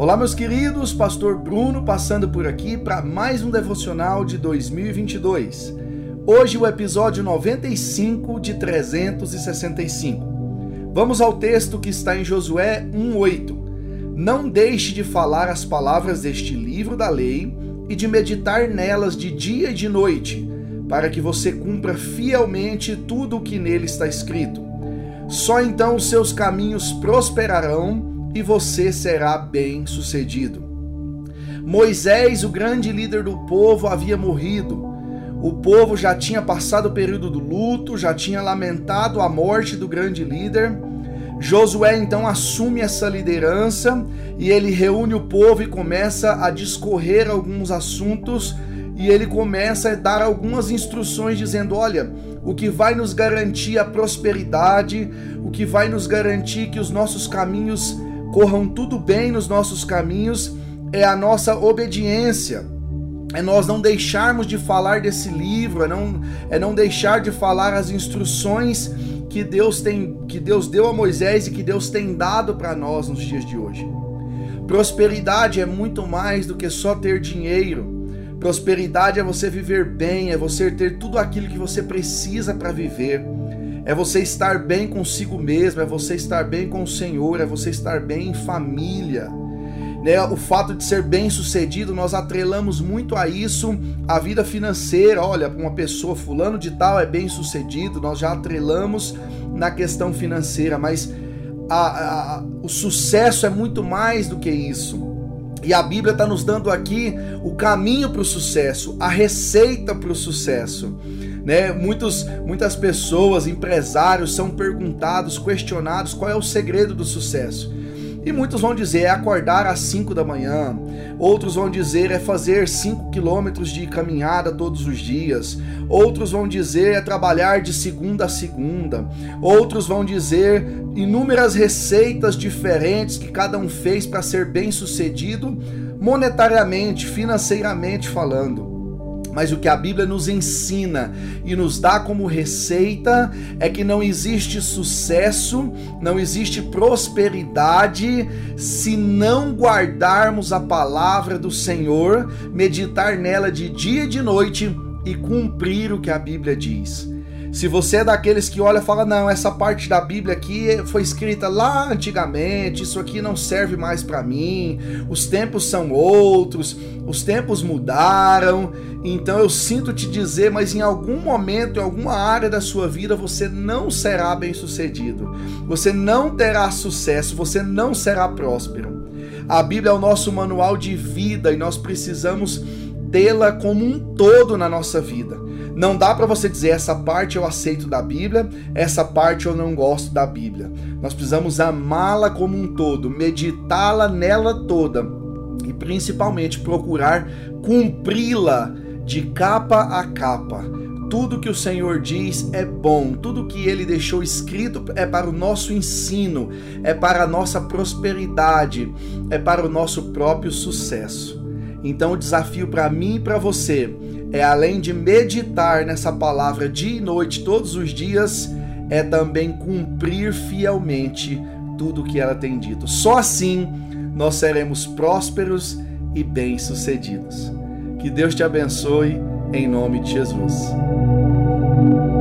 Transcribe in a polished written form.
Olá, meus queridos, Pastor Bruno passando por aqui para mais um devocional de 2022. Hoje o episódio 95 de 365. Vamos ao texto que está em Josué 1:8. Não deixe de falar as palavras deste livro da lei e de meditar nelas de dia e de noite, para que você cumpra fielmente tudo o que nele está escrito. Só então os seus caminhos prosperarão e você será bem-sucedido. Moisés, o grande líder do povo, havia morrido. O povo já tinha passado o período do luto, já tinha lamentado a morte do grande líder. Josué então assume essa liderança e ele reúne o povo e começa a discorrer alguns assuntos e ele começa a dar algumas instruções dizendo: olha, o que vai nos garantir a prosperidade, o que vai nos garantir que os nossos caminhos corram tudo bem nos nossos caminhos, é a nossa obediência, é nós não deixarmos de falar desse livro, é não deixar de falar as instruções que Deus deu a Moisés e que Deus tem dado para nós nos dias de hoje. Prosperidade é muito mais do que só ter dinheiro. Prosperidade é você viver bem, é você ter tudo aquilo que você precisa para viver. É você estar bem consigo mesmo, é você estar bem com o Senhor, é você estar bem em família. O fato de ser bem-sucedido, nós atrelamos muito a isso, a vida financeira. Olha, uma pessoa, fulano de tal é bem-sucedido, nós já atrelamos na questão financeira, mas o sucesso é muito mais do que isso. E a Bíblia está nos dando aqui o caminho para o sucesso, a receita para o sucesso. Muitas pessoas, empresários, são perguntados, questionados qual é o segredo do sucesso. E muitos vão dizer é acordar às 5 da manhã, outros vão dizer é fazer 5 quilômetros de caminhada todos os dias, outros vão dizer é trabalhar de segunda a segunda, outros vão dizer inúmeras receitas diferentes que cada um fez para ser bem sucedido monetariamente, financeiramente falando. Mas o que a Bíblia nos ensina e nos dá como receita é que não existe sucesso, não existe prosperidade se não guardarmos a palavra do Senhor, meditar nela de dia e de noite e cumprir o que a Bíblia diz. Se você é daqueles que olha e fala, não, essa parte da Bíblia aqui foi escrita lá antigamente, isso aqui não serve mais para mim, os tempos são outros, os tempos mudaram, então eu sinto te dizer, mas em algum momento, em alguma área da sua vida, você não será bem-sucedido, você não terá sucesso, você não será próspero. A Bíblia é o nosso manual de vida e nós precisamos tê-la como um todo na nossa vida. Não dá para você dizer essa parte eu aceito da Bíblia, essa parte eu não gosto da Bíblia. Nós precisamos amá-la como um todo, meditá-la nela toda e principalmente procurar cumpri-la de capa a capa. Tudo que o Senhor diz é bom, tudo que Ele deixou escrito é para o nosso ensino, é para a nossa prosperidade, é para o nosso próprio sucesso. Então o desafio para mim e para você é, além de meditar nessa palavra dia e noite todos os dias, é também cumprir fielmente tudo o que ela tem dito. Só assim nós seremos prósperos e bem-sucedidos. Que Deus te abençoe em nome de Jesus.